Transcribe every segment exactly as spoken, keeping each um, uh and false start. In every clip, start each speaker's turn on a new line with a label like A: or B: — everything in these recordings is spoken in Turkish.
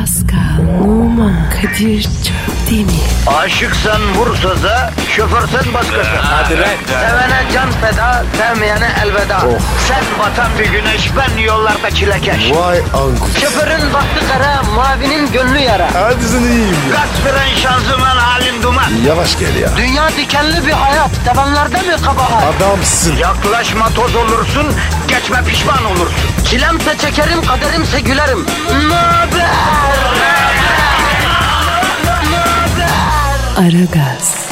A: Pascal, Oman, Kadir çok değil mi?
B: Aşıksan vursa da, şoförsen başkasın.
C: Hadi lan.
B: Sevene can feda, sevmeyene elveda.
C: Oh.
B: Sen batan bir güneş, ben yollarda çilekeş.
C: Vay anku.
B: Şoförün baktı kara, mavinin gönlü yara.
C: Hadi sen iyiyim ya.
B: Kasperen şanzıman halin duman.
C: Yavaş gel ya.
B: Dünya dikenli bir hayat, sevenlerde mi kabahar?
C: Adamsın.
B: Yaklaşma toz olursun, geçme pişman olursun. Çilemse çekerim, kaderimse gülerim. Möber!
A: Aragaz.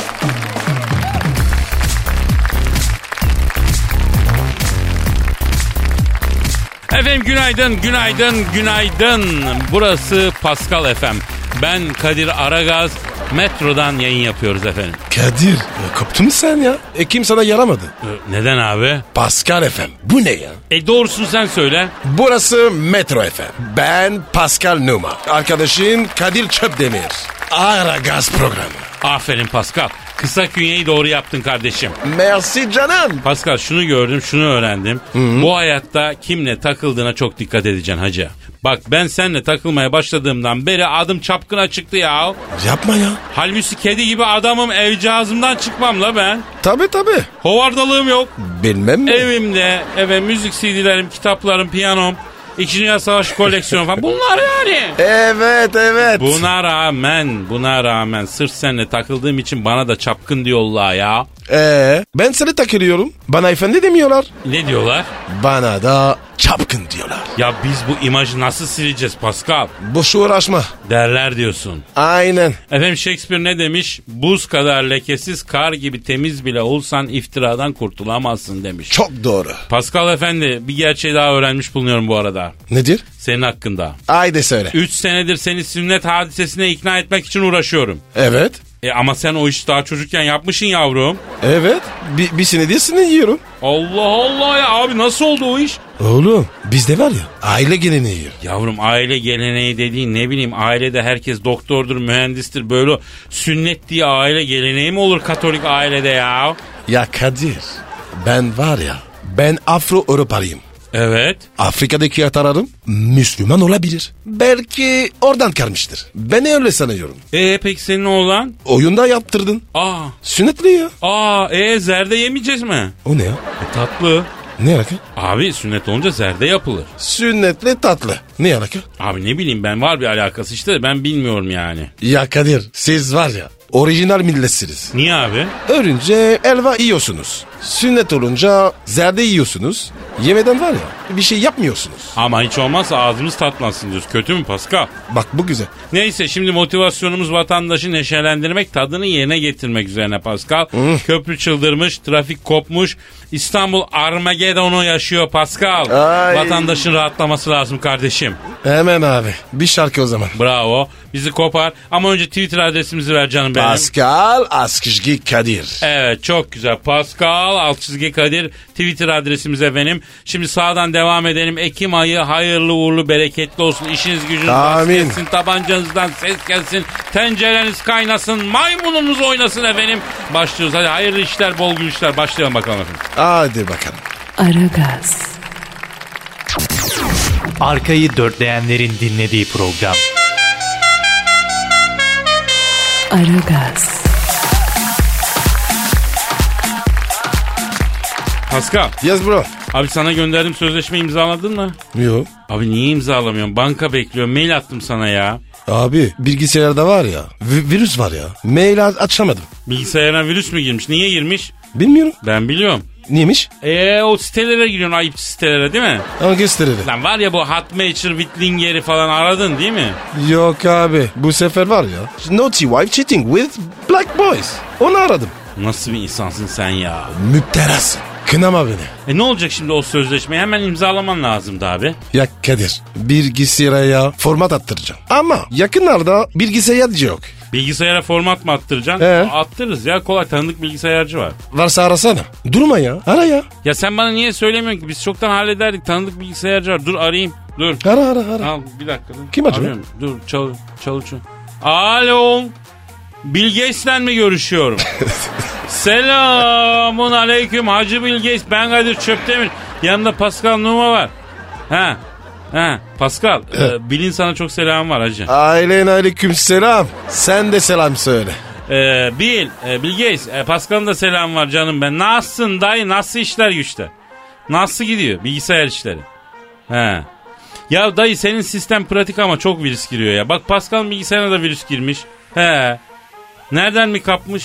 D: Efendim günaydın, günaydın, günaydın. Burası Pascal F M. Ben Kadir Aragaz. Metrodan yayın yapıyoruz efendim.
C: Kadir koptun mu sen ya? E kim sana yaramadı?
D: Ee, Neden abi?
C: Pascal F M. Bu ne ya?
D: E doğrusunu sen söyle.
C: Burası Metro F M. Ben Pascal Numa. Arkadaşım Kadir Çöpdemir. Aragaz programı.
D: Aferin Pascal. Kısa künyeyi doğru yaptın kardeşim.
C: Merci canım.
D: Pascal şunu gördüm, şunu öğrendim. Hı-hı. Bu hayatta kimle takıldığına çok dikkat edeceksin hacı. Bak ben seninle takılmaya başladığımdan beri adım çapkına çıktı ya.
C: Yapma ya.
D: Halbuki kedi gibi adamım, evcağızımdan çıkmam la ben.
C: Tabii tabii.
D: Hovardalığım yok.
C: Bilmem mi?
D: Evimde eve müzik C D'lerim, kitaplarım, piyanom, İkinci Dünya Savaşı koleksiyonu falan bunlar yani.
C: Evet evet.
D: Buna rağmen buna rağmen sırf seninle takıldığım için bana da çapkın diyorlar ya.
C: Ee, ben seni takılıyorum. Bana efendi demiyorlar.
D: Ne diyorlar?
C: Bana da çapkın diyorlar.
D: Ya biz bu imajı nasıl sileceğiz Pascal?
C: Boş uğraşma.
D: Derler diyorsun.
C: Aynen.
D: Efendim Shakespeare ne demiş? Buz kadar lekesiz, kar gibi temiz bile olsan iftiradan kurtulamazsın demiş.
C: Çok doğru.
D: Pascal efendi bir gerçeği daha öğrenmiş bulunuyorum bu arada.
C: Nedir?
D: Senin hakkında.
C: Haydi söyle.
D: Üç senedir seni sünnet hadisesine ikna etmek için uğraşıyorum.
C: Evet.
D: E ama sen o işi daha çocukken yapmışsın yavrum.
C: Evet. Bir, bir senedir seni yiyorum.
D: Allah Allah ya abi nasıl oldu o iş?
C: Oğlum bizde var ya aile geleneği yiyor.
D: Yavrum aile geleneği dediğin ne bileyim ailede herkes doktordur, mühendistir. Böyle sünnet diye aile geleneği mi olur Katolik ailede ya?
C: Ya Kadir ben var ya ben Afro-Avrupalıyım.
D: Evet.
C: Afrika'daki atararım Müslüman olabilir. Belki oradan kalmıştır. Ben öyle sanıyorum.
D: E peki senin oğlan?
C: Oyunda yaptırdın.
D: Aa.
C: Sünnetli ya.
D: Aa e zerde yemeyeceğiz mi?
C: O ne ya?
D: E, tatlı.
C: Ne alaka?
D: Abi sünnet olunca zerde yapılır.
C: Sünnetli tatlı. Ne alaka?
D: Abi ne bileyim ben var bir alakası işte ben bilmiyorum yani.
C: Ya Kadir siz var ya orijinal milletsiniz.
D: Niye abi?
C: Örünce elva yiyorsunuz. Sünnet olunca zerde yiyorsunuz. Yemeden var ya bir şey yapmıyorsunuz.
D: Ama hiç olmazsa ağzımız tatlansın diyoruz. Kötü mü Pascal?
C: Bak bu güzel.
D: Neyse şimdi motivasyonumuz vatandaşı neşelendirmek, tadını yerine getirmek üzerine Pascal.
C: Hı.
D: Köprü çıldırmış, trafik kopmuş. İstanbul Armageddon'u yaşıyor Pascal.
C: Ay.
D: Vatandaşın rahatlaması lazım kardeşim.
C: Hemen abi bir şarkı o zaman.
D: Bravo. Bizi kopar. Ama önce Twitter adresimizi ver canım benim.
C: Pascal Askışgi Kadir.
D: Evet çok güzel. Pascal alt çizgi Kadir Twitter adresimiz efendim. Şimdi sağdan devam edelim. Ekim ayı hayırlı uğurlu bereketli olsun. İşiniz gücünüz rast gelsin. Tabancanızdan ses gelsin. Tencereniz kaynasın. Maymununuz oynasın efendim. Başlıyoruz. Hadi hayırlı işler, bol gülüşler. Başlayalım bakalım efendim.
C: Hadi bakalım.
A: Aragaz.
E: Arkayı dörtleyenlerin dinlediği program.
A: Aragaz.
D: Pascal.
C: Yes bro.
D: Abi sana gönderdim sözleşme imzaladın mı?
C: Yok.
D: Abi niye imzalamıyorsun? Banka bekliyor. Mail attım sana ya.
C: Abi bilgisayarda var ya vi- virüs var ya. Mail açamadım.
D: Bilgisayarına virüs mü girmiş? Niye girmiş?
C: Bilmiyorum.
D: Ben biliyorum.
C: Neymiş?
D: Eee o sitelere giriyorsun ayıp sitelere değil mi?
C: Hangi siteleri?
D: Lan var ya bu Hotmacher, Wittlinger'i falan aradın değil mi?
C: Yok abi bu sefer var ya. Naughty wife cheating with black boys. Onu aradım.
D: Nasıl bir insansın sen ya?
C: Müpterasın. Kınama beni.
D: E ne olacak şimdi o sözleşmeyi hemen imzalaman lazımdı abi.
C: Ya Kadir bilgisayara format attıracağım. Ama yakınlarda bilgisayarcı yok.
D: Bilgisayara format mı attıracaksın?
C: Ee?
D: Attırırız ya kolay tanıdık bilgisayarcı var.
C: Varsa arasana. Durma ya ara ya.
D: Ya sen bana niye söylemiyorsun ki biz çoktan hallederdik tanıdık bilgisayarcı var. Dur arayayım dur.
C: Ara ara ara.
D: Al bir dakika dur.
C: Kim acaba?
D: Arıyorum. Dur çal çal çal. Alo. Bill Gates'le mi görüşüyorum? Selamun aleyküm Hacı Bill Gates. Ben Kadir Çöpdemir. Yanında Pascal Numa var. Ha. He Pascal, e, Bill'in sana çok selam var hacı.
C: Ailen aleyküm selam. Sen de selam söyle.
D: E, Bill, e, Bill Gates, e, Pascal'ın da selam var canım ben. Nasılsın dayı, nasıl işler güçler? Nasıl gidiyor bilgisayar işleri? He. Ya dayı senin sistem pratik ama çok virüs giriyor ya. Bak Pascal'ın bilgisayarına da virüs girmiş. He. Nereden mi kapmış?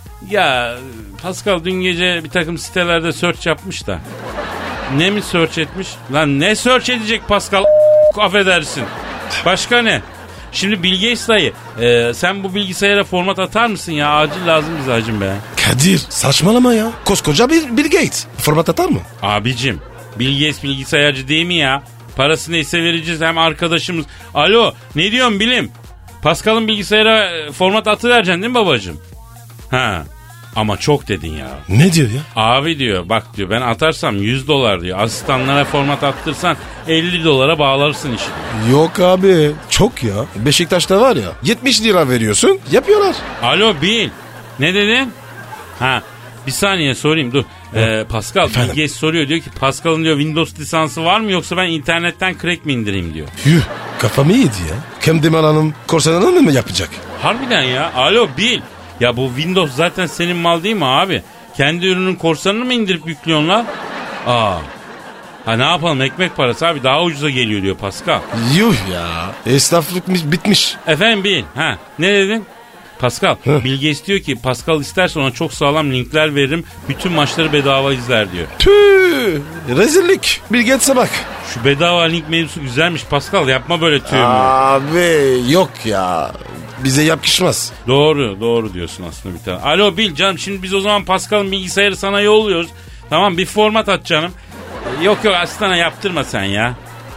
D: Ya Pascal dün gece bir takım sitelerde search yapmış da. Ne mi search etmiş? Lan ne search edecek Pascal? Affedersin. Başka ne? Şimdi Bill Gates dayı e, sen bu bilgisayara format atar mısın ya? Acil lazım bize hacım be.
C: Kadir saçmalama ya. Koskoca bir Bill Gates. Format atar mı?
D: Abicim Bill Gates bilgisayarcı değil mi ya? Parası neyse vereceğiz, hem arkadaşımız. Alo ne diyorsun bilim? Pascal'ın bilgisayara format atıvereceksin değil mi babacığım? Ha ama çok dedin ya.
C: Ne diyor ya?
D: Abi diyor bak diyor ben atarsam yüz dolar diyor. Asistanlara format attırsan elli dolara bağlarsın işi.
C: Yok abi çok ya. Beşiktaş'ta var ya yetmiş lira veriyorsun yapıyorlar.
D: Alo Bill ne dedin? Ha bir saniye sorayım dur. Ee, Pascal Bill Gates soruyor, diyor ki Pascal'ın diyor Windows lisansı var mı yoksa ben internetten crack mi indireyim diyor.
C: Yuh kafamı yedi ya. Kemal Hanım korsanını mı yapacak?
D: Harbiden ya. Alo Bill. Ya bu Windows zaten senin mal değil mi abi? Kendi ürünün korsanını mı indirip yüklüyorsun lan? Aa. Ha ne yapalım ekmek parası abi daha ucuza geliyor diyor Pascal.
C: Yuh ya. Esnaflık bitmiş.
D: Efendim Bill. Ha ne dedin? Pascal. Hı. Bill Gates diyor ki Pascal isterse ona çok sağlam linkler veririm. Bütün maçları bedava izler diyor.
C: Tüh. Rezillik. Bill Gates'e bak.
D: Şu bedava link mevzusu güzelmiş Pascal. Yapma böyle tüh mü?
C: Abi yok ya. Bize yakışmaz.
D: Doğru doğru diyorsun aslında bir tane. Alo Bill canım şimdi biz o zaman Pascal'ın bilgisayarı sana yolluyoruz. Tamam bir format at canım. Yok yok aslında yaptırma sen ya.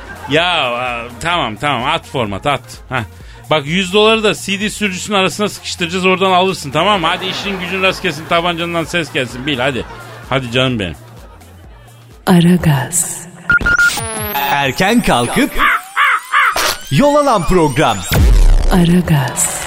D: Ya tamam tamam at format at. Heh. Bak yüz doları da C D sürücüsünün arasına sıkıştıracağız oradan alırsın tamam mı? Hadi işin gücün rast gelsin tabancandan ses gelsin Bill hadi. Hadi canım benim.
A: Aragaz.
E: Erken kalkıp yol alan program.
A: Aragaz.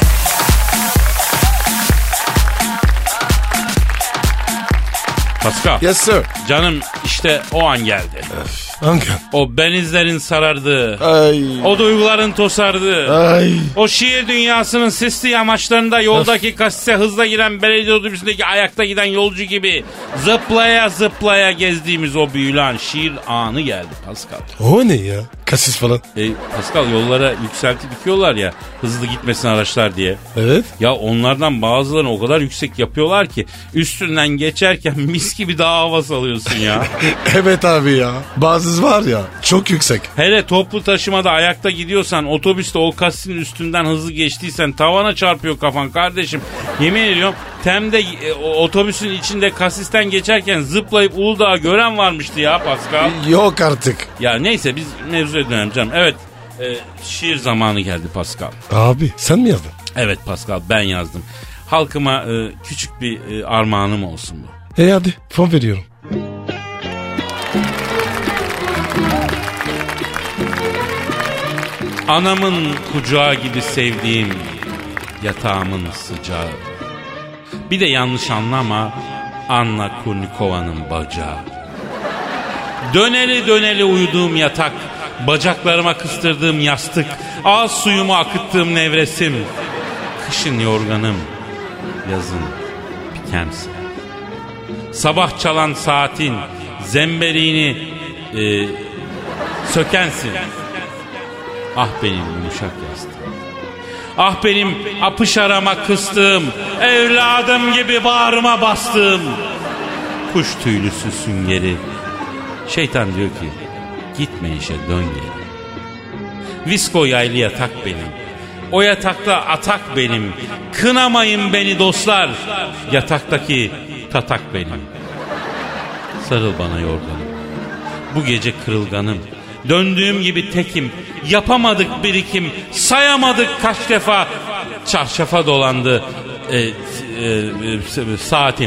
D: Pascal.
C: Yes sir.
D: Canım işte o an geldi.
C: Hangi?
D: O benizlerin sarardığı.
C: Ay.
D: O duyguların tosardığı.
C: Ay.
D: O şiir dünyasının sisli yamaçlarında yoldaki kasise hızla giren belediye otobüsündeki ayakta giden yolcu gibi zıplaya zıplaya gezdiğimiz o büyülen şiir anı geldi Pascal.
C: O ne ya? Kasis falan.
D: E, Pascal yollara yükseltip dikiyorlar ya hızlı gitmesin araçlar diye.
C: Evet.
D: Ya onlardan bazılarını o kadar yüksek yapıyorlar ki üstünden geçerken mis gibi dağ havası alıyorsun ya.
C: Evet abi ya. Bazı var ya çok yüksek.
D: Hele toplu taşımada ayakta gidiyorsan otobüste o kasisin üstünden hızlı geçtiysen tavana çarpıyor kafan kardeşim. Yemin ediyorum Tem'de e, otobüsün içinde kasisten geçerken zıplayıp Uludağ'ı gören varmıştı ya Pascal.
C: Yok artık.
D: Ya neyse biz mevzuya dönelim canım. Evet e, şiir zamanı geldi Pascal.
C: Abi sen mi yazdın?
D: Evet Pascal ben yazdım. Halkıma e, küçük bir e, armağanım olsun bu.
C: E hadi fon veriyorum.
D: Anamın kucağı gibi sevdiğim yatağımın sıcağı. Bir de yanlış anlama Anna Kurnikova'nın bacağı. Döneli döneli uyuduğum yatak, bacaklarıma kıstırdığım yastık, ağız suyumu akıttığım nevresim. Kışın yorganım, yazın pikemsin. Sabah çalan saatin zemberiğini e, sökensin. Ah benim yumuşak yastığım. Ah benim apış arama kıstığım, evladım gibi bağrıma bastığım kuş tüylüsü süngeri. Şeytan diyor ki gitme işe dön geri. Visko yaylı yatak benim. O yatakta atak benim. Kınamayın beni dostlar. Yataktaki tatak benim. Sarıl bana yorganım. Bu gece kırılganım. Döndüğüm gibi tekim. Yapamadık birikim. Sayamadık kaç defa. Çarşafa dolandı e, e, e, saatim.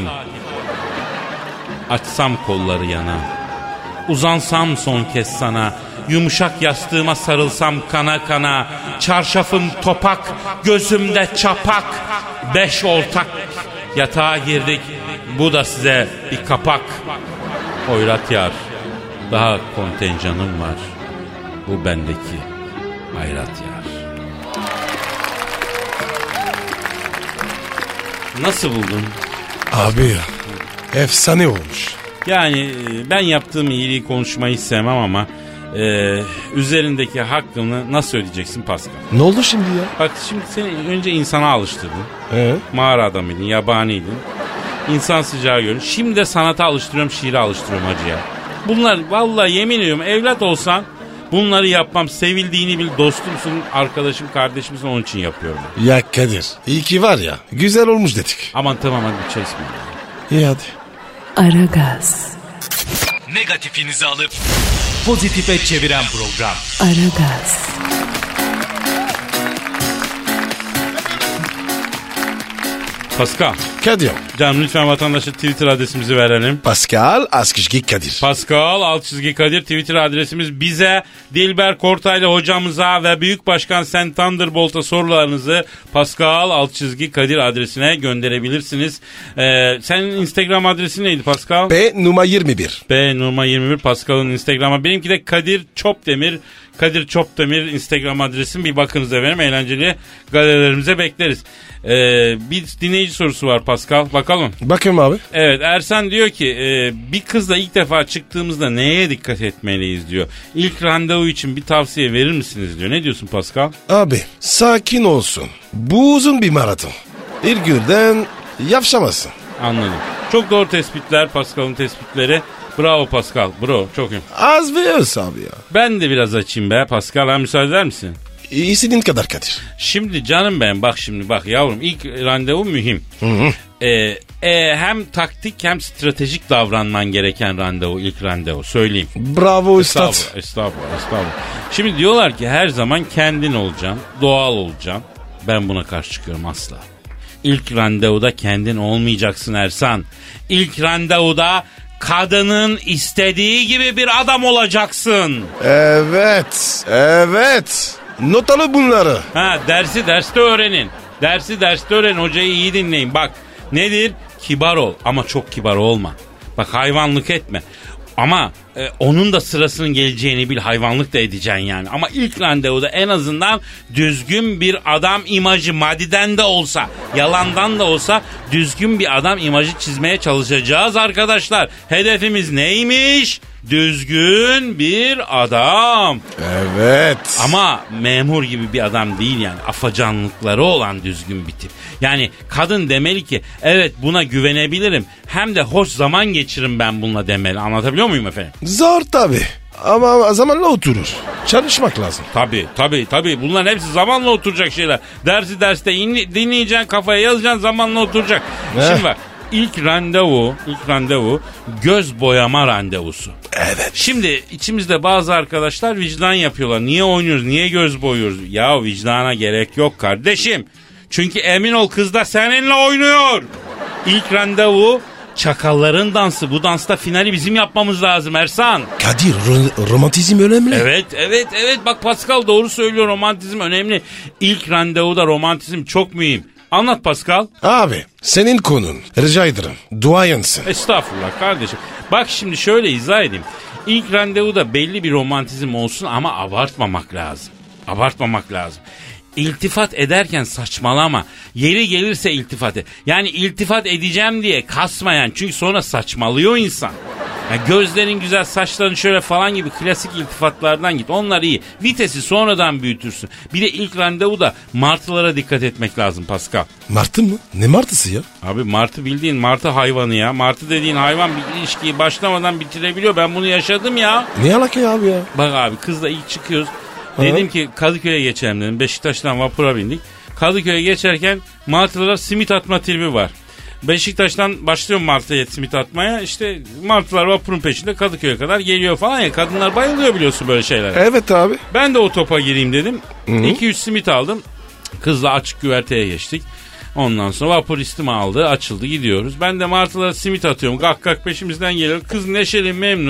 D: Açsam kolları yana. Uzansam son kez sana. Yumuşak yastığıma sarılsam kana kana. Çarşafım topak, gözümde çapak. Beş ortak yatağa girdik. Bu da size bir kapak. Hoyrat yar, daha kontenjanım var. Bu bendeki hayrat yar. Nasıl buldun?
C: Abi ya efsane olmuş.
D: Yani ben yaptığım iyiliği konuşmayı sevmem ama e, üzerindeki hakkını nasıl ödeyeceksin Pascal?
C: Ne oldu şimdi ya?
D: Bak şimdi seni önce insana alıştırdın.
C: Ee?
D: Mağara adamıydın, yabaniydin. İnsan sıcağı görün. Şimdi de sanata alıştırıyorum, şiire alıştırıyorum hacı ya. Bunlar vallahi yemin ediyorum evlat olsan bunları yapmam. Sevildiğini bil, dostumsun, arkadaşım, kardeşimsin, onun için yapıyorum.
C: Ya Kadir iyi ki var ya güzel olmuş dedik.
D: Aman tamam hadi bir çay ısmarla.
C: İyi hadi.
A: Aragaz,
E: Negatifinizi alıp pozitife çeviren program.
A: Aragaz,
D: Pascal,
C: Kadir.
D: canım lütfen vatandaşa Twitter adresimizi verelim.
C: Pascal Askışki Kadir.
D: Pascal alt çizgi Kadir Twitter adresimiz. Bize, Dilber Kortaylı hocamıza ve Büyük Başkan Sen Thunderbolt'a sorularınızı Pascal alt çizgi Kadir adresine gönderebilirsiniz. Ee, senin Instagram adresin neydi Pascal?
C: P numara yirmi bir.
D: B Nurma yirmi bir Pascal'ın Instagram'a. Benimki de Kadir Çopdemir. Kadir Çopdemir Instagram adresim. Bir bakınız efendim, eğlenceli galerilerimize bekleriz. Ee, bir dinleyici sorusu var Pascal. Bakalım.
C: Bakayım abi.
D: Evet, Ersan diyor ki e, bir kızla ilk defa çıktığımızda neye dikkat etmeliyiz diyor. İlk randevu için bir tavsiye verir misiniz diyor. Ne diyorsun Pascal?
C: Abi sakin olsun. Bu uzun bir maraton. İlk günden yavşamasın.
D: Anladım. Çok doğru tespitler Pascal'ın tespitleri. Bravo Pascal. Bro çok iyi.
C: Az ve öz abi ya.
D: Ben de biraz açayım be Pascal. Ha, müsaade eder misin?
C: İstediğin kadar Kadir.
D: Şimdi canım benim bak şimdi bak yavrum ilk randevu mühim. Hı hı. Ee, e, hem taktik hem stratejik davranman gereken randevu ilk randevu söyleyeyim.
C: Bravo üstad.
D: Estağfurullah, estağfurullah, estağfurullah. Şimdi diyorlar ki her zaman kendin olacaksın, doğal olacaksın. Ben buna karşı çıkıyorum asla. İlk randevuda kendin olmayacaksın Ersan. İlk randevuda kadının istediği gibi bir adam olacaksın.
C: Evet, evet. Not alı bunları.
D: Ha, dersi derste öğrenin. Dersi derste öğrenin. Hocayı iyi dinleyin. Bak nedir? Kibar ol ama çok kibar olma. Bak hayvanlık etme. Ama e, onun da sırasının geleceğini bil, hayvanlık da edeceksin yani. Ama ilk randevuda en azından düzgün bir adam imajı, madiden de olsa, yalandan da olsa düzgün bir adam imajı çizmeye çalışacağız arkadaşlar. Hedefimiz neymiş? Düzgün bir adam.
C: Evet.
D: Ama memur gibi bir adam değil yani. Afacanlıkları olan düzgün bir tip. Yani kadın demeli ki evet buna güvenebilirim. Hem de hoş zaman geçiririm ben bununla demeli. Anlatabiliyor muyum efendim?
C: Zor tabii. Ama zamanla oturur. Çalışmak lazım.
D: Tabii tabii tabii. Bunların hepsi zamanla oturacak şeyler. Dersi derste in- dinleyeceksin, kafaya yazacaksın, zamanla oturacak.
C: Heh.
D: Şimdi bak. İlk randevu, ilk randevu göz boyama randevusu.
C: Evet.
D: Şimdi içimizde bazı arkadaşlar vicdan yapıyorlar. Niye oynuyoruz, niye göz boyuyoruz? Ya vicdana gerek yok kardeşim. Çünkü emin ol kız da seninle oynuyor. İlk randevu çakalların dansı. Bu dansta finali bizim yapmamız lazım Ersan.
C: Kadir ro- romantizm önemli.
D: Evet, evet, evet. Bak Pascal doğru söylüyor, romantizm önemli. İlk randevuda romantizm çok mühim. Anlat Pascal.
C: Abi senin konun. Rica ederim. Duayensin.
D: Estağfurullah kardeşim. Bak şimdi şöyle izah edeyim. İlk randevuda belli bir romantizm olsun ama abartmamak lazım. Abartmamak lazım. İltifat ederken saçmalama. Yeri gelirse iltifat et. Yani iltifat edeceğim diye kasmayan. Çünkü sonra saçmalıyor insan. Yani gözlerin güzel, saçların şöyle falan gibi klasik iltifatlardan git. Onlar iyi. Vitesi sonradan büyütürsün. Bir de ilk randevuda martılara dikkat etmek lazım Pascal.
C: Martı mı? Ne martısı ya?
D: Abi martı bildiğin martı hayvanı ya. Martı dediğin hayvan bir ilişkiyi başlamadan bitirebiliyor. Ben bunu yaşadım ya.
C: Ne alaka ya abi ya?
D: Bak abi kızla ilk çıkıyoruz. Dedim ki Kadıköy'e geçelim dedim. Beşiktaş'tan vapura bindik. Kadıköy'e geçerken martılara simit atma tribi var. Beşiktaş'tan başlıyorum martıya simit atmaya. İşte martılar vapurun peşinde Kadıköy'e kadar geliyor falan ya. Kadınlar bayılıyor biliyorsun böyle şeylere.
C: Evet abi.
D: Ben de o topa gireyim dedim. iki üç simit aldım. Kızla açık güverteye geçtik. Ondan sonra vapur istimi aldı. Açıldı gidiyoruz. Ben de martılara simit atıyorum. Gak gak peşimizden geliyor. Kız neşeli memnun.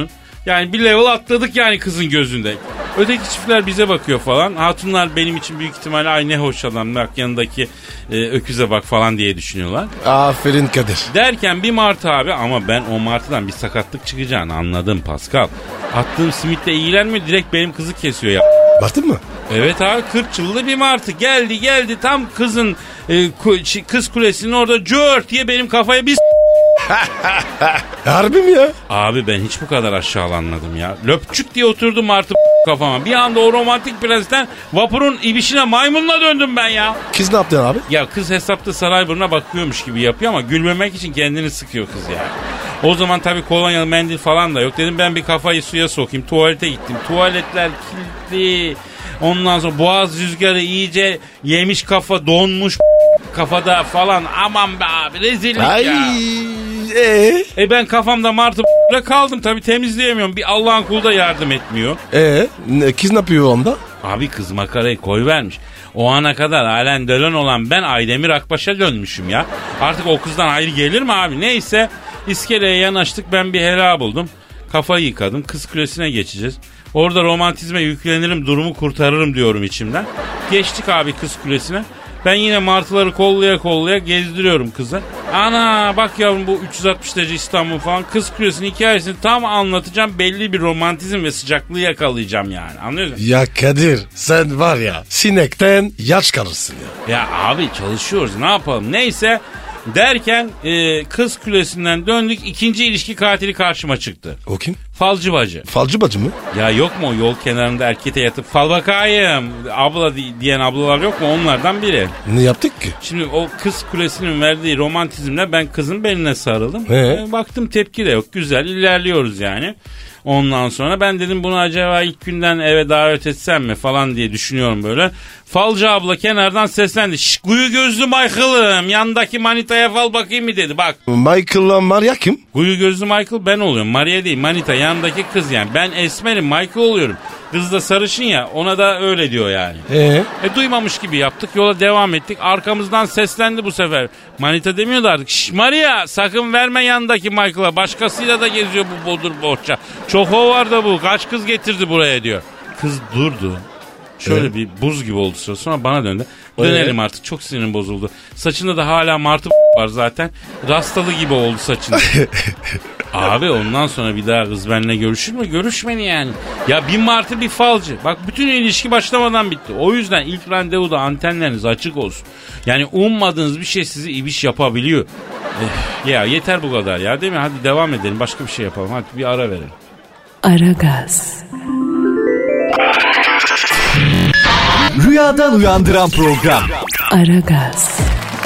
D: Yani bir level atladık yani kızın gözünde. Öteki çiftler bize bakıyor falan. Hatunlar benim için büyük ihtimalle ay ne hoş adam bak yanındaki e, öküze bak falan diye düşünüyorlar.
C: Aferin Kadir.
D: Derken bir martı abi ama ben o martıdan bir sakatlık çıkacağını anladım Pascal. Attığım simitle ilgilenmiyor direkt benim kızı kesiyor ya.
C: Baktın mı?
D: Evet abi kırk yıllı bir martı geldi geldi tam kızın e, ku, kız kulesinin orada cört diye benim kafaya bir
C: Harbi mi ya?
D: Abi ben hiç bu kadar aşağılanmadım ya. Löpçük diye oturdu martı kafama. Bir anda o romantik prensten vapurun ibişine maymunla döndüm ben ya.
C: Kız ne yaptın abi?
D: Ya kız hesapta Sarayburnu'na bakıyormuş gibi yapıyor ama gülmemek için kendini sıkıyor kız ya. O zaman tabii kolonyalı mendil falan da yok. Dedim ben bir kafayı suya sokayım. Tuvalete gittim. Tuvaletler kilitli. Ondan sonra boğaz rüzgarı iyice yemiş kafa donmuş kafada falan. Aman be abi rezillik
C: Ay,
D: ya.
C: Ee?
D: E ben kafamda martı kaldım tabii temizleyemiyorum. Bir Allah'ın kulu da yardım etmiyor.
C: Ee, kız ne yapıyor onda?
D: Abi kız makarayı koyvermiş. O ana kadar halen dölen olan ben Aydemir Akbaş'a dönmüşüm ya. Artık o kızdan ayrı gelir mi abi? Neyse iskeleye yanaştık ben bir helal buldum. Kafayı yıkadım kız kulesine geçeceğiz. Orada romantizme yüklenirim durumu kurtarırım diyorum içimden. Geçtik abi kız kulesine. Ben yine martıları kollaya kollaya gezdiriyorum kızı. Ana bak yavrum bu üç yüz altmış derece İstanbul falan. Kız kulesinin hikayesini tam anlatacağım. Belli bir romantizm ve sıcaklığı yakalayacağım yani. Anlıyor musun?
C: Ya Kadir sen var ya sinekten yaş kalırsın ya.
D: Ya abi çalışıyoruz ne yapalım. Neyse derken e, kız kulesinden döndük. İkinci ilişki katili karşıma çıktı.
C: O kim?
D: Falcı bacı.
C: Falcı bacı mı?
D: Ya yok mu o yol kenarında erkete yatıp fal bakayım abla diyen ablalar yok mu onlardan biri.
C: Ne yaptık ki?
D: Şimdi o kız kulesinin verdiği romantizmle ben kızın beline sarıldım.
C: He.
D: E, baktım tepki de yok güzel ilerliyoruz yani. Ondan sonra ben dedim bunu acaba ilk günden eve davet etsem mi falan diye düşünüyorum böyle. Falcı abla kenardan seslendi. Şşş kuyu gözlü Michael'ım yandaki manitaya fal bakayım mı dedi bak.
C: Michael'la Maria kim?
D: Kuyu gözlü Michael ben oluyorum. Maria değil manita yandaki kız yani. Ben esmerim Michael oluyorum. Kız da sarışın ya ona da öyle diyor yani.
C: Ee?
D: E duymamış gibi yaptık yola devam ettik. Arkamızdan seslendi bu sefer. Manita demiyordu artık. Şşş Maria sakın verme yandaki Michael'a. Başkasıyla da geziyor bu bodur bohça. Çok o var da bu. Kaç kız getirdi buraya diyor. Kız durdu. Şöyle evet. Bir buz gibi oldu sonra, sonra bana döndü. Dönelim evet. Artık çok sinirim bozuldu. Saçında da hala martı var zaten. Rastalı gibi oldu saçında. Abi ondan sonra bir daha kız benimle görüşür mü? Görüşmedi yani. Ya bir martı bir falcı. Bak bütün ilişki başlamadan bitti. O yüzden ilk randevuda antenleriniz açık olsun. Yani ummadığınız bir şey sizi ibiş yapabiliyor. Eh, ya yeter bu kadar ya değil mi? Hadi devam edelim başka bir şey yapalım. Hadi bir ara verelim.
A: Aragaz.
E: Rüyadan uyandıran program.
A: Aragaz.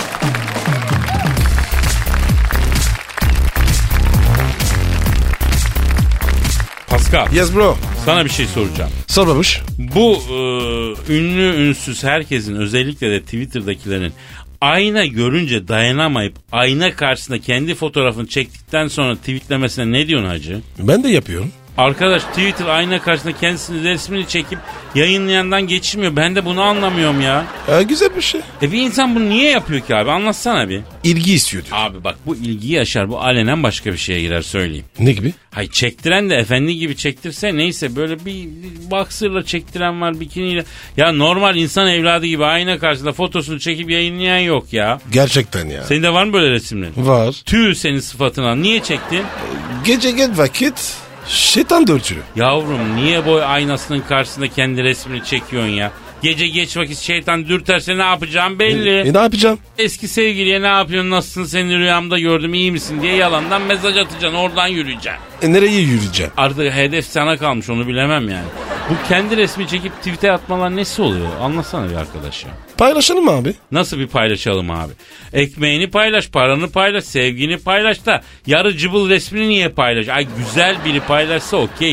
D: Pascal.
C: Yes bro.
D: Sana bir şey soracağım.
C: Sor babuş.
D: Bu e, ünlü ünsüz herkesin özellikle de Twitter'dakilerin ayna görünce dayanamayıp ayna karşısında kendi fotoğrafını çektikten sonra tweetlemesine ne diyorsun hacı?
C: Ben de yapıyorum.
D: Arkadaş Twitter ayna karşısında kendisinin resmini çekip yayınlayandan geçirmiyor. Ben de bunu anlamıyorum ya.
C: E, güzel bir şey.
D: E bir insan bunu niye yapıyor ki abi? Anlatsana bir.
C: İlgi istiyor diyor.
D: Abi bak bu ilgiyi yaşar. Bu alenen başka bir şeye girer söyleyeyim.
C: Ne gibi?
D: Hay çektiren de efendi gibi çektirse neyse böyle bir boxer'la çektiren var bikiniyle. Ya normal insan evladı gibi ayna karşısında fotosunu çekip yayınlayan yok ya.
C: Gerçekten ya.
D: Senin de var mı böyle resimlerin?
C: Var.
D: Tüh senin sıfatına. Niye çektin?
C: Gece geç vakit şeytan da ölçülüyor.
D: Yavrum niye boy aynasının karşısında kendi resmini çekiyorsun ya? Gece geç vakit şeytan dürterse ne yapacağım belli.
C: E, e ne yapacağım?
D: Eski sevgiliye ne yapıyorsun nasılsın seni rüyamda gördüm iyi misin diye yalandan mesaj atacaksın oradan yürüyeceksin.
C: E nereye yürüyeceğim?
D: Artık hedef sana kalmış onu bilemem yani. Bu kendi resmi çekip tweet'e atmalar nesi oluyor? Anlatsana bir arkadaş ya.
C: Paylaşalım mı abi?
D: Nasıl bir paylaşalım abi? Ekmeğini paylaş, paranı paylaş, sevgini paylaş da yarı cıbıl resmini niye paylaş? Ay güzel biri paylaşsa okeyim.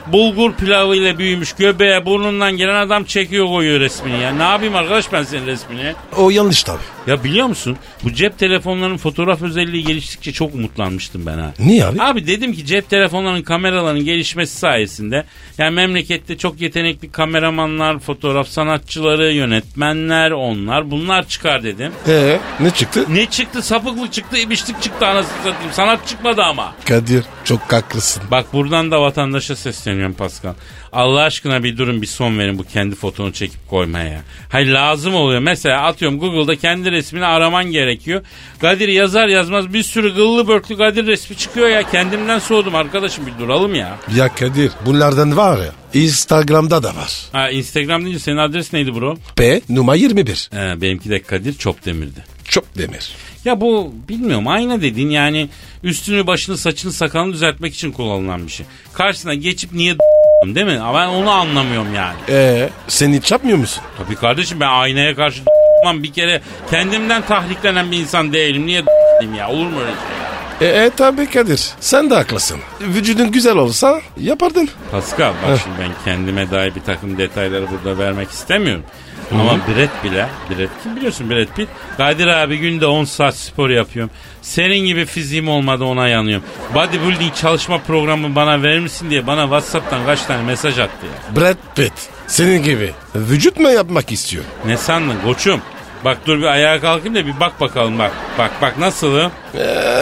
D: bulgur pilavı ile büyümüş göbeğe burnundan gelen adam çekiyor koyuyor resmini ya. Ne yapayım arkadaş ben senin resmini?
C: O yanlış tabii.
D: Ya biliyor musun bu cep telefonlarının fotoğraf özelliği geliştikçe çok umutlanmıştım ben ha.
C: Niye abi?
D: Abi dedim ki cep telefonlarının kameralarının gelişmesi sayesinde yani memlekette çok yetenekli kameramanlar, fotoğraf sanatçıları, yönetmenler onlar bunlar çıkar dedim.
C: Ee, ne çıktı?
D: Ne çıktı? Sapıklık çıktı, ibişlik çıktı anasını satayım. Sanat çıkmadı ama.
C: Kadir çok haklısın.
D: Bak buradan da vatandaşa sesleniyorum Pascal. Allah aşkına bir durun bir son verin bu kendi fotonu çekip koymaya. Hayır lazım oluyor. Mesela atıyorum Google'da kendi resmini araman gerekiyor. Kadir yazar yazmaz bir sürü gıllı börklü Kadir resmi çıkıyor ya. Kendimden soğudum arkadaşım bir duralım ya.
C: Ya Kadir bunlardan var ya Instagram'da da var.
D: Ha Instagram deyince senin adres neydi bro?
C: P numara yirmi bir.
D: He, benimki de Kadir Çopdemir'di.
C: Çopdemir.
D: Ya bu bilmiyorum ayna dediğin yani üstünü başını saçını sakalını düzeltmek için kullanılan bir şey. Karşısına geçip niye d- değil mi? Ben onu anlamıyorum yani.
C: Ee, sen hiç yapmıyor musun?
D: Tabii kardeşim ben aynaya karşı d- bir kere kendimden tahriklenen bir insan değilim. Niye d- ya olur mu öyle şey ya?
C: E, e tabii Kadir sen de haklısın. Vücudun güzel olsa yapardın.
D: Pascal bak şimdi ben kendime dair bir takım detayları burada vermek istemiyorum. Hı-hı. Ama Brad bile, Brad kim biliyorsun Brad Pitt? Kadir abi günde on saat spor yapıyorum. Senin gibi fiziğim olmadı ona yanıyorum. Bodybuilding çalışma programı bana verir misin diye bana WhatsApp'tan kaç tane mesaj attı ya.
C: Brad Pitt senin gibi vücut mu yapmak istiyor?
D: Ne sandın koçum? Bak dur bir ayağa kalkayım da bir bak bakalım bak. Bak bak nasılım?
C: Ee,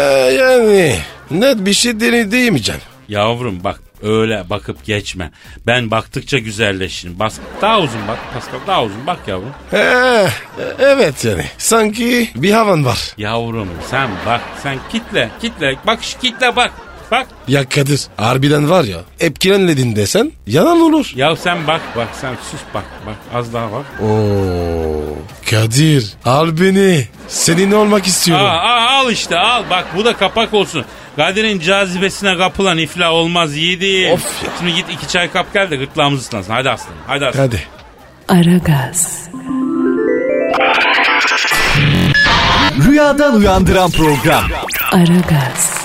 C: yani net bir şey deneyemeyeceğim.
D: Yavrum bak öyle bakıp geçme. Ben baktıkça güzelleşirim. Bas, daha uzun bak Pascal daha uzun bak yavrum.
C: Ee, evet yani sanki bir havan var.
D: Yavrum sen bak sen kitle kitle bak şu kitle bak. Bak.
C: Ya Kadir harbiden var ya etkilenledin desen yalan olur.
D: Ya sen bak bak sen sus bak bak az daha bak.
C: Oo Kadir al beni seninle olmak istiyorum.
D: Aa, aa, al işte al bak bu da kapak olsun. Kadir'in cazibesine kapılan iflah olmaz yiğidim.
C: Of ya.
D: Şimdi git iki çay kap gel de gırtlağımız ıslansın. Hadi aslanım hadi aslanım.
C: Hadi.
A: Aragaz.
E: Rüyadan uyandıran program.
A: Aragaz.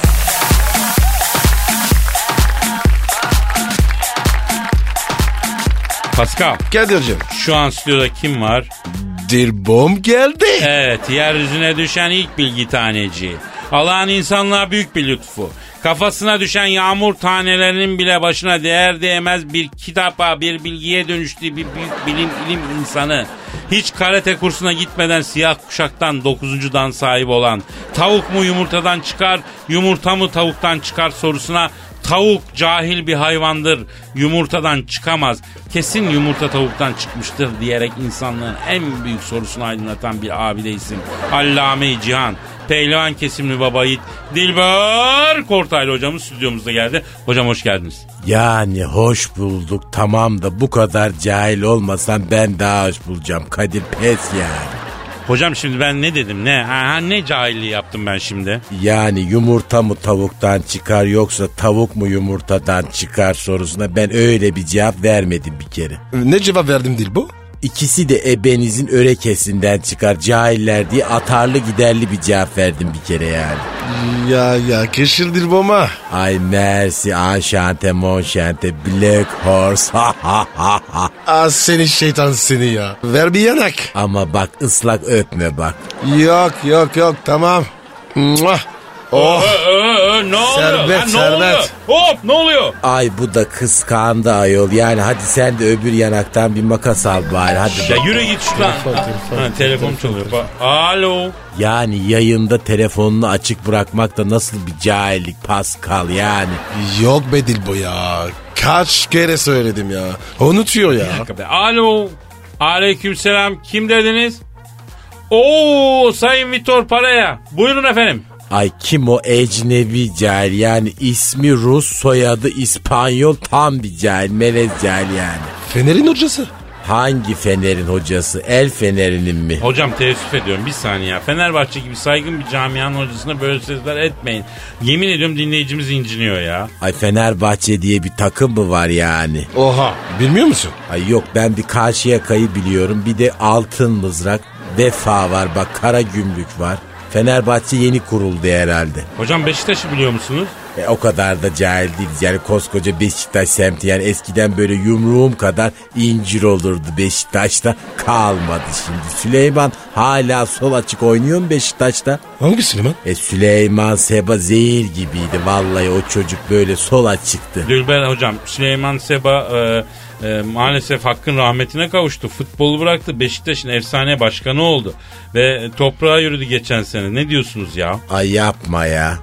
D: Pascal
C: Kadir'cim.
D: şu an stüdyoda kim var?
C: Dilbom geldi.
D: Evet yeryüzüne düşen ilk bilgi taneci. Allah'ın insanlığa büyük bir lütfu. Kafasına düşen yağmur tanelerinin bile başına değer değmez bir kitaba, bir bilgiye dönüştüğü bir büyük bilim ilim insanı. Hiç karate kursuna gitmeden siyah kuşaktan dokuzuncu dan sahibi olan, tavuk mu yumurtadan çıkar, yumurta mı tavuktan çıkar sorusuna tavuk cahil bir hayvandır, yumurtadan çıkamaz, kesin yumurta tavuktan çıkmıştır diyerek insanlığın en büyük sorusunu aydınlatan bir abide isim. Allame-i Cihan, pehlivan kesimli baba yiğit Dilber Kortaylı hocamız stüdyomuzda geldi. Hocam hoş geldiniz.
F: Yani hoş bulduk tamam da bu kadar cahil olmasan ben daha hoş bulacağım Kadir pes yani.
D: Hocam şimdi ben ne dedim ne ha, ne cahilliği yaptım ben şimdi?
F: Yani yumurta mı tavuktan çıkar yoksa tavuk mu yumurtadan çıkar sorusuna ben öyle bir cevap vermedim bir kere.
C: Ne cevap verdim Dilbo?
F: İkisi de ebenizin örekesinden çıkar cahiller diye atarlı giderli bir cevap verdim bir kere yani.
C: Ya ya keşir Dilbom'a.
F: Ay merci enchante monchante black horse ha ha ha ha.
C: Ah seni şeytan seni ya. Ver bir yanak.
F: Ama bak ıslak öpme bak.
C: Yok yok yok tamam. Muah. Oh.
D: Ee, ee, ee, ne oluyor?
C: Serbet,
D: Ha, ne
C: serbet.
D: oluyor? Hop ne oluyor?
F: Ay bu da kıskandı ayol yani hadi sen de öbür yanaktan bir makas al bari hadi.
D: Ya yürü git şuradan.
C: Telefon,
D: Ha,
C: telefon,
D: ha, telefon
C: telefon,
D: çalıyor.
C: telefon.
D: Bak, alo.
F: Yani yayında telefonunu açık bırakmak da nasıl bir cahillik Pascal yani.
C: Yok be Dilbo ya. Kaç kere söyledim ya. Unutuyor ya.
D: Alo. Aleykümselam. Kim dediniz? Oo Sayın Vitor Paraya. Buyurun efendim.
F: Ay kim o ecnebi cahil yani ismi Rus soyadı İspanyol tam bir cahil melez cahil yani.
C: Fener'in hocası.
F: Hangi Fener'in hocası el Fener'inin mi?
D: Hocam teessüf ediyorum bir saniye ya. Fenerbahçe gibi saygın bir camianın hocasına böyle sözler etmeyin. Yemin ediyorum dinleyicimiz inciniyor ya.
F: Ay Fenerbahçe diye bir takım mı var yani?
C: Oha bilmiyor musun?
F: Ay yok ben bir Karşıyaka'yı biliyorum bir de Altın Mızrak, Vefa var bak Karagümrük var. Fenerbahçe yeni kuruldu herhalde.
D: Hocam Beşiktaş'ı biliyor musunuz?
F: E, o kadar da cahil değiliz. Yani koskoca Beşiktaş semti, yani eskiden böyle yumruğum kadar incir olurdu Beşiktaş'ta, kalmadı şimdi. Süleyman hala sol açık oynuyor mu Beşiktaş'ta?
C: Hangi Süleyman?
F: E Süleyman Seba zehir gibiydi vallahi, o çocuk böyle sol açıktı.
D: Dilber hocam, Süleyman Seba e, e, maalesef hakkın rahmetine kavuştu. Futbolu bıraktı, Beşiktaş'ın efsane başkanı oldu ve toprağa yürüdü geçen sene. Ne diyorsunuz ya?
F: Ay yapma ya.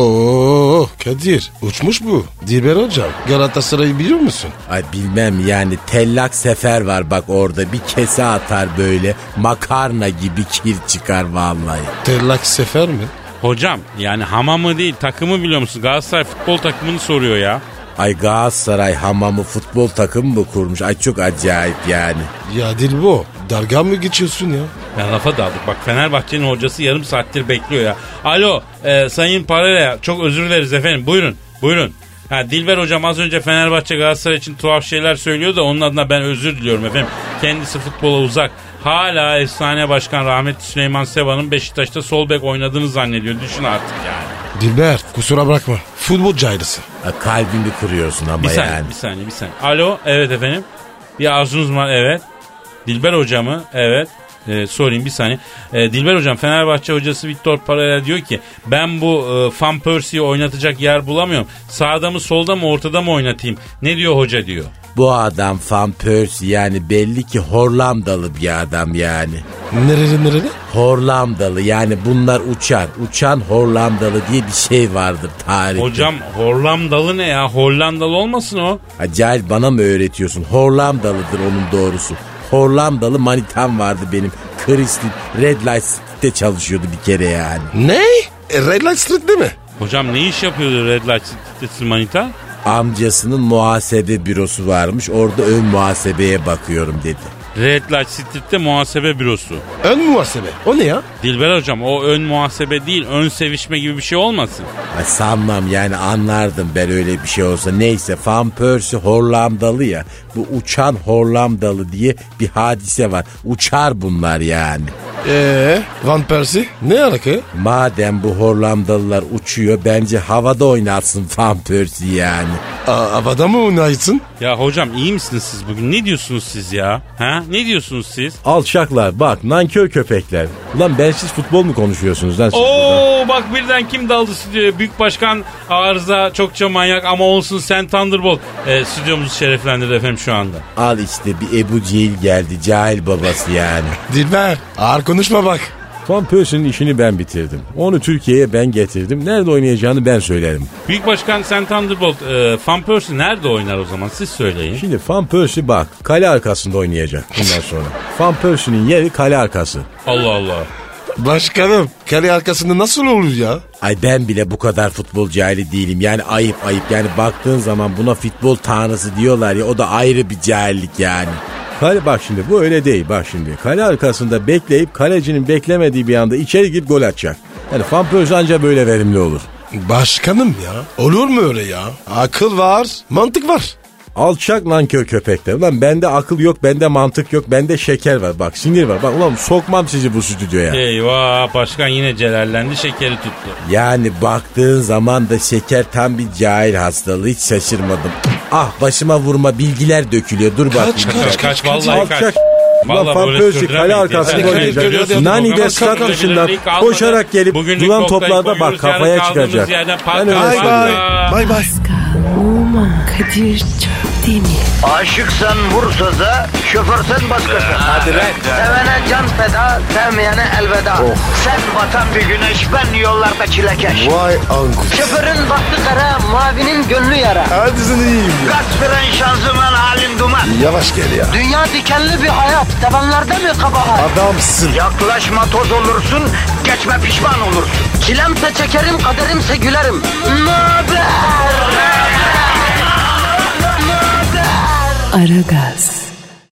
C: Oo Kadir, uçmuş bu. Dilber hocam, Galatasaray'ı biliyor musun?
F: Ay bilmem yani, tellak sefer var bak orada, bir kese atar böyle, makarna gibi kir çıkar vallahi.
C: Tellak sefer mi?
D: Hocam yani hamamı değil, takımı biliyor musun? Galatasaray futbol takımını soruyor ya.
F: Ay Galatasaray hamamı futbol takımı mı kurmuş? Ay çok acayip yani.
C: Ya Dilbo, dalga mı geçiyorsun ya?
D: Ya lafa daldık. Bak Fenerbahçe'nin hocası yarım saattir bekliyor ya. Alo e, Sayın Paralel, çok özür dileriz efendim. Buyurun buyurun. Ha, Dilber hocam az önce Fenerbahçe Galatasaray için tuhaf şeyler söylüyor da onun adına ben özür diliyorum efendim. Kendisi futbola uzak. Hala efsane başkan rahmetli Süleyman Seba'nın Beşiktaş'ta sol bek oynadığını zannediyor. Düşün artık yani.
C: Dilber, kusura bakma. Futbol cahilisi.
F: Ha, kalbimi kırıyorsun ama
D: Bir saniye,
F: yani.
D: bir saniye, bir saniye. Alo, evet efendim. Bir arzunuz var, evet. Dilber hocamı, evet. Ee, sorayım bir saniye. Ee, Dilber hocam, Fenerbahçe hocası Victor Paralel diyor ki ben bu e, Van Persie'yi oynatacak yer bulamıyorum. Sağda mı solda mı ortada mı oynatayım? Ne diyor hoca diyor.
F: Bu adam Van Persie yani belli ki Hollandalı bir adam yani.
C: Nereli nereli?
F: Hollandalı yani, bunlar uçar. Uçan Hollandalı diye bir şey vardır tarihte.
D: Hocam Hollandalı ne ya? Hollandalı olmasın o?
F: Acayip, bana mı öğretiyorsun? Hollandalıdır onun doğrusu. Hollandalı manitam vardı benim. Kristin Red Light Street'te çalışıyordu bir kere yani.
C: Ne? E, Red Light Street değil mi?
D: Hocam ne iş yapıyordu Red Light Street'te manita?
F: Amcasının muhasebe bürosu varmış. Orada ön muhasebeye bakıyorum dedi.
D: Red Light Street'te muhasebe bürosu.
C: Ön muhasebe. O ne ya?
D: Dilber hocam, o ön muhasebe değil, ön sevişme gibi bir şey olmasın?
F: Ha, sanmam yani, anlardım ben öyle bir şey olsa. Neyse, Van Persie Hollandalı ya. Bu uçan Hollandalı diye bir hadise var. Uçar bunlar yani.
C: Eee Van Persie ne alaka?
F: Madem bu Hollandalılar uçuyor, bence havada oynatsın Van Persie yani.
C: Aa, havada mı oynaysın?
D: Ya hocam iyi misiniz siz bugün? Ne diyorsunuz siz ya? Ha? Ne diyorsunuz siz?
F: Alçaklar bak, nankör köpekler. Ulan ben siz futbol mu konuşuyorsunuz lan?
D: Oo bak birden kim daldı stüdyoya? Büyük Başkan arıza, çokça manyak ama olsun sen Thunderbolt. E, stüdyomuzu şereflendirdi efendim şu anda.
F: Al işte bir Ebu Cehil geldi, cahil babası yani.
C: Dilber ağır konuşma bak.
F: Van Persie'nin işini ben bitirdim. Onu Türkiye'ye ben getirdim. Nerede oynayacağını ben söylerim.
D: Büyük Başkan sen Thunderbolt, e, Van Persie nerede oynar o zaman siz söyleyin.
F: Şimdi Van Persie bak kale arkasında oynayacak bundan sonra. Van Persie'nin yeri kale arkası.
D: Allah Allah.
C: Başkanım kale arkasında nasıl olur ya?
F: Ay ben bile bu kadar futbol cahili değilim. Yani ayıp ayıp. Yani baktığın zaman buna futbol tanrısı diyorlar ya, o da ayrı bir cahillik yani. Kale bak şimdi, bu öyle değil bak şimdi. Kale arkasında bekleyip kalecinin beklemediği bir anda içeri girip gol atacak. Yani Van Persie ancak böyle verimli olur.
C: Başkanım ya, olur mu öyle ya? Akıl var, mantık var.
F: Alçak nankör köpekler. Ulan bende akıl yok, bende mantık yok, bende şeker var. Bak sinir var. Bak ulan sokmam sizi bu stüdyoya.
D: Eyvah, başkan yine celallendi, şekeri tuttu.
F: Yani baktığın zaman da şeker tam bir cahil hastalığı, hiç şaşırmadım. Ah başıma vurma, bilgiler dökülüyor. Dur bak.
D: Kaç kaç kaç vallahi kaç.
F: Alçak. Ulan
D: Vallahi
F: Van
D: böyle
F: Persie
D: sürdüremeyiz.
F: kale arkasında
D: Yeter.
F: oynayacak. Nani de stat dışından koşarak gelip
D: Bugünlük
F: duran
D: noktayı
F: toplarda bak
D: koyuyoruz,
F: kafaya
D: yarın kaldığımız
F: çıkacak.
D: yerden
F: Ben öyle
C: Bay bay.
F: söylüyorum.
C: Bay bay.
A: Pascal, Oman, Kadir çok değil mi?
B: Aşıksan vursa da, şoförsen başkasın. Hadi
F: lan.
B: Sevene can feda, sevmeyene elveda. Sen batan bir güneş, ben yollarda çilekeş.
C: Vay anku.
B: Şoförün baktı kara, mavinin gönlü yara.
C: Hadi sen iyiyim ya.
B: Kasperen şanzıman halin duman.
C: Yavaş gel ya.
B: Dünya dikenli bir hayat, sevenlerde mi kabahar?
C: Adamsın.
B: Yaklaşma toz olursun, geçme pişman olursun. Çilemse çekerim, kaderimse gülerim. Möber!
A: Aragaz.